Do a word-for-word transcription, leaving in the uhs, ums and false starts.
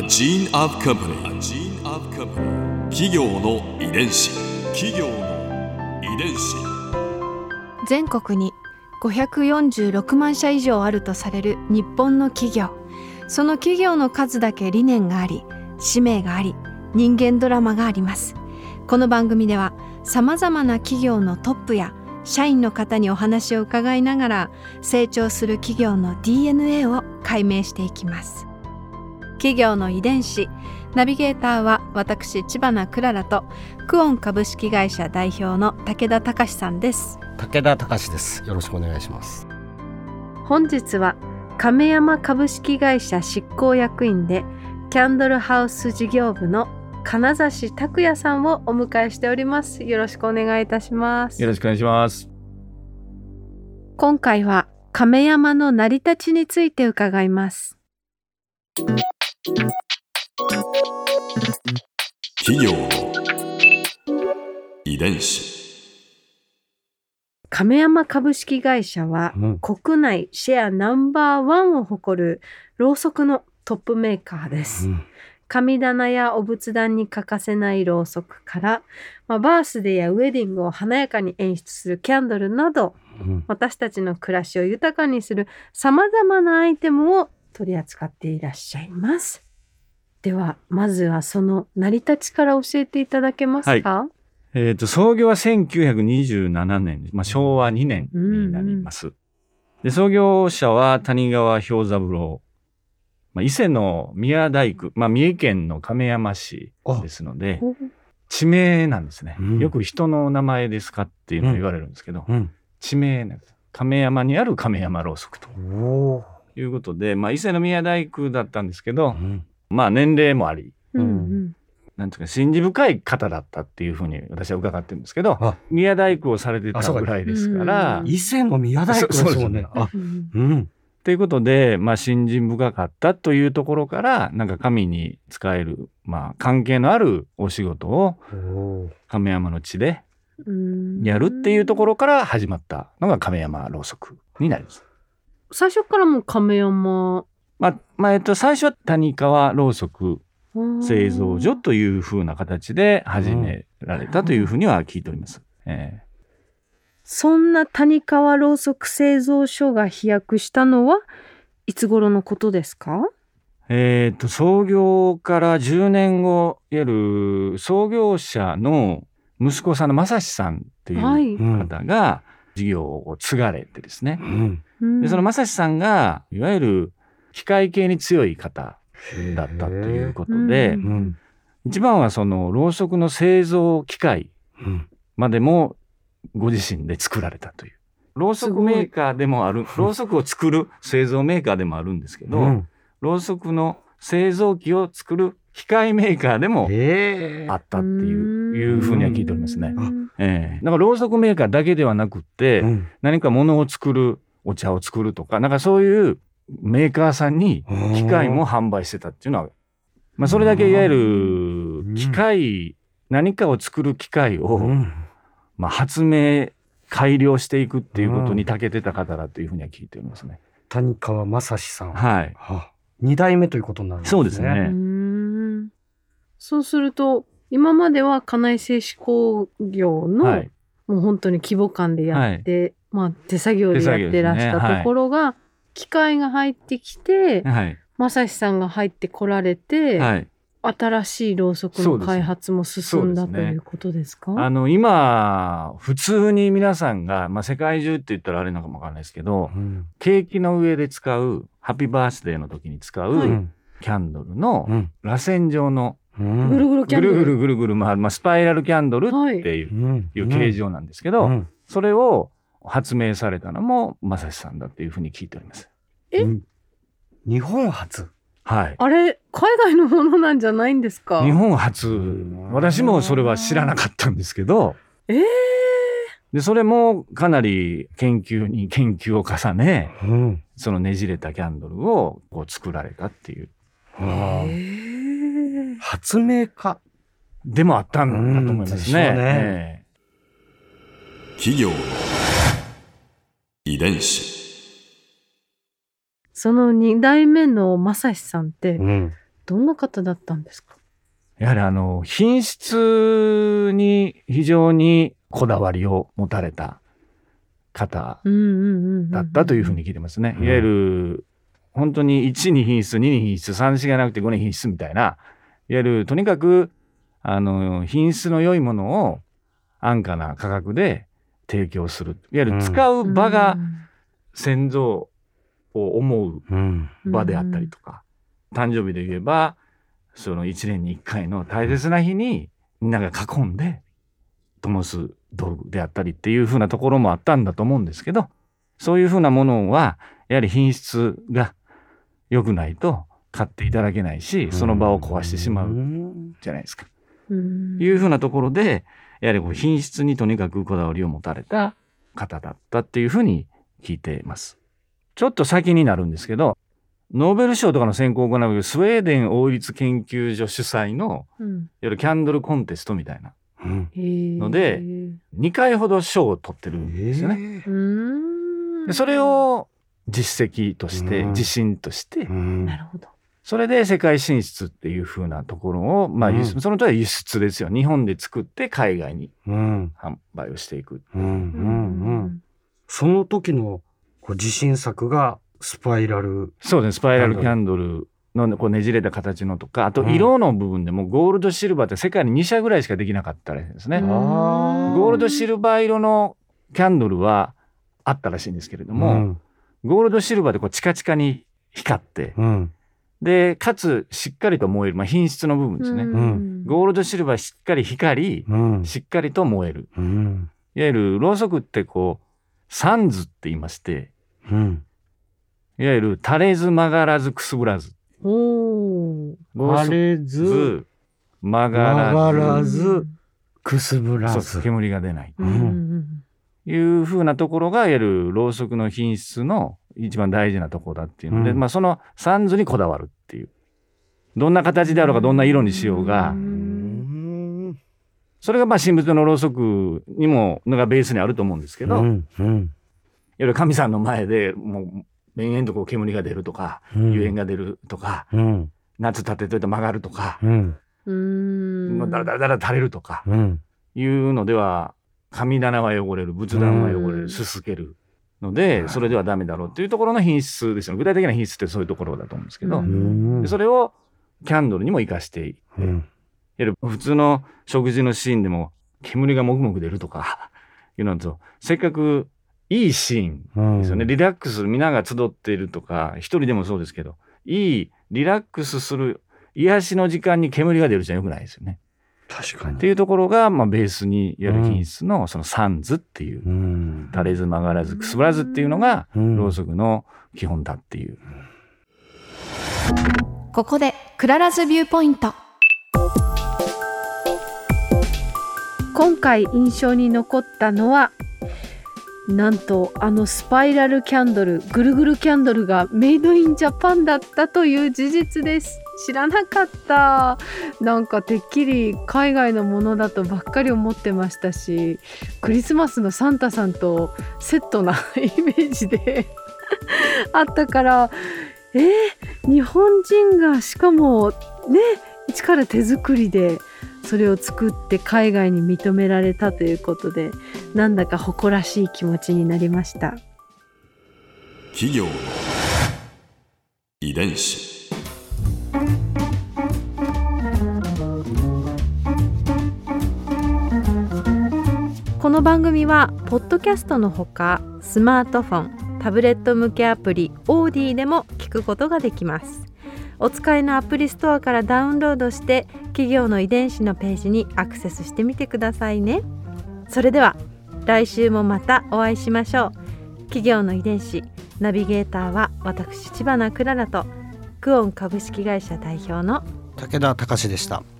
gene of company. A gene of company. 企業の遺伝子。企業の遺伝子。 全国にごひゃくよんじゅうろくまんしゃ以上あるとされる日本の企業。その企業の数だけ理念があり、使命があり、人間ドラマがあります。この番組ではさまざまな企業のトップや社員の方にお話を伺いながら、成長する企業の ディーエヌエー を解明していきます。企業の遺伝子。ナビゲーターは私知花くららと、クオン株式会社代表の武田隆さんです。 武田隆です。よろしくお願いします。 本日は亀山株式会社執行役員でキャンドルハウス事業部の金指拓也さんをお迎えしております。よろしくお願いいたします。 よろしくお願いします。 今回は亀山の成り立ちについて伺います。 企業の遺伝子。 亀山株式会社は、うん、国内シェアナンバーワンを誇るろうそくのトップメーカーです。うん、神棚やお仏壇に欠かせないろうそくから、まあ、バースデーやウェディングを華やかに演出するキャンドルなど、うん、私たちの暮らしを豊かにするさまざまなアイテムを取り扱っていらっしゃいます。ではまずはその成り立ちから教えていただけますか？ はい、えーと、創業はせんきゅうひゃくにじゅうななねん、まあ、しょうわにねんになります。うんうん、で創業者は谷川兵三郎、まあ、伊勢の宮大工、まあ、三重県の亀山市ですので地名なんですね。うん、よく人の名前ですかっていうのを言われるんですけど、うんうん、地名なんです。亀山にある亀山ろうそくということで、まあ、伊勢の宮大工だったんですけど、うん、まあ年齢もあり、うんうん、なんていうか信心深い方だったっていうふうに私は伺ってるんですけど、宮大工をされてたぐらいですから、 伊勢の宮大工ですもんね。あ、うん。 ということで、まあ、信心深かったというところからなんか神に仕える、まあ、関係のあるお仕事を亀山の地でやるっていうところから始まったのが亀山ろうそくになります。 最初からもう亀山、 まあまあえっと、最初は谷川ろうそく製造所というふうな形で始められたというふうには聞いております。えーそんな谷川ろうそく製造所が飛躍したのはいつ頃のことですか？ えー、と創業からじゅうねんご、いわゆる創業者の息子さんの正志さんっていう方が事業を継がれてですね、うん、でその正志さんがいわゆる機械系に強い方だったということで、うん、一番はそのろうそくの製造機械までもご自身で作られたという。ろうそくメーカーでもある、ろうそくを作る製造メーカーでもあるんですけど、うん、ろうそくの製造機を作る機械メーカーでもあったっていう、いうふうには聞いておりますね。えー、だからろうそくメーカーだけではなくって、うん、何か物を作る、お茶を作るとか、なんかそういうメーカーさんに機械も販売してたっていうのは、まあそれだけいわゆる機械、何かを作る機械を、うんまあ、発明改良していくっていうことに長けてた方だというふうには聞いておりますね。 谷川正史さん、 はい、 はに代目ということになるんですね。 そうですね。うーんそうすると今までは家内製紙工業の、はい、もう本当に規模感でやって、はいまあ、手作業でやってらしたところが、ねはい、機械が入ってきて、はい、正史さんが入ってこられて、はい新しいろうそくの開発も進んだ、ね、ということですか？ あの今普通に皆さんが、まあ、世界中って言ったらあれなのかもわかんないですけど、うん、ケーキの上で使うハッピーバースデーの時に使う、はい、キャンドルの螺旋状の、 うん、ぐるぐるキャンドルぐるぐるぐるぐる回る、まあ、スパイラルキャンドルっていう、はい、いう形状なんですけど、うん、それを発明されたのも正史さんだっていうふうに聞いております。 え、うん、 日本初はい、 あれ海外のものなんじゃないんですか？ 日本初。私もそれは知らなかったんですけど、 えー、 でそれもかなり研究に研究を重ね、うん、そのねじれたキャンドルをこう作られたっていう、 えー、 発明家でもあったんだと思いますね。うんね企業の遺伝子。 そのに代目の正史さんって、うん、 どんな方だったんですか？ やはりあの品質に非常にこだわりを持たれた方だったというふうに聞いてますね。いわゆる本当にいちに品質、にに品質、さん、よんがなくてごに品質みたいな、いわゆるとにかくあの品質の良いものを安価な価格で提供する、いわゆる使う場が先祖を思う場であったりとか、誕生日で言えばそのいちねんにいっかいの大切な日にみんなが囲んで灯す道具であったりっていう風なところもあったんだと思うんですけど、そういう風なものはやはり品質が良くないと買っていただけないし、その場を壊してしまうじゃないですか。いう風なところでやはりこう品質にとにかくこだわりを持たれた方だったっていう風に聞いています。ちょっと先になるんですけど、ノーベル賞とかの選考を行うスウェーデン王立研究所主催の、うん、いわゆるキャンドルコンテストみたいなので、にかいほど賞を取ってるんですよね。でそれを実績として自信として、 なるほど。 それで世界進出っていう風なところを、まあ、うん、そのとは輸出ですよ。日本で作って海外に販売をしていく。 うんうんうん、その時のこう自信作がスパイラル。 そうですね、スパイラルキャンドルのこうねじれた形のとか、あと色の部分でもゴールドシルバーって世界ににしゃぐらいしかできなかったらしいんですね。ゴールドシルバー色のキャンドルはあったらしいんですけれども、うん、ゴールドシルバーでこうチカチカに光って、うん、でかつしっかりと燃える、まあ、品質の部分ですね、うん、ゴールドシルバーしっかり光り、うん、しっかりと燃える、うん、いわゆるろうそくってこうサンズって言いまして、うん、いわゆる垂れず曲がらずくすぶらず、 お垂れず曲がらずくすぶらず煙が出ない、うん、いうふうなところがいわゆるろうそくの品質の一番大事なところだっていうので、うん、まあ、そのサンズにこだわるっていう、どんな形であろうかどんな色にしようが、うん、それがまあ神仏のろうそくにものがベースにあると思うんですけど、うんうん、いわゆる神さんの前でもう延々とこう煙が出るとか、うん、油煙が出るとか、うん、夏立てといて曲がるとか、うん、だらだらだら垂れるとか、うん、いうのでは神棚は汚れる、仏壇は汚れる、すすけるので、それではダメだろうっていうところの品質ですよ。具体的な品質ってそういうところだと思うんですけど、でそれをキャンドルにも生かしていって、うん、いわゆる普通の食事のシーンでも煙がもくもく出るとかいうのと、せっかくいいシーンですよね、うん、リラックス、みんなが集っているとか一人でもそうですけど、いいリラックスする癒しの時間に煙が出るじゃよくないですよね。 確かにっていうところが、まあ、ベースにやる品質のそのサンズっていう、うん、垂れず曲がらずくすぶらずっていうのが、うん、ろうそくの基本だっていう。 ここでクララズビューポイント。今回印象に残ったのは、なんとあのスパイラルキャンドル、ぐるぐるキャンドルがメイドインジャパンだったという事実です。知らなかった。なんかてっきり海外のものだとばっかり思ってましたし、クリスマスのサンタさんとセットなイメージであったから、えー、日本人がしかもね、一から手作りでそれを作って海外に認められたということで、なんだか誇らしい気持ちになりました。 企業の遺伝子。 この番組はポッドキャストのほか、スマートフォン、タブレット向けアプリオーディでも聞くことができます。お使いのアプリストアからダウンロードして企業の遺伝子のページにアクセスしてみてくださいね。それでは来週もまたお会いしましょう。企業の遺伝子ナビゲーターは私、知花くららとクオン株式会社代表の武田隆でした。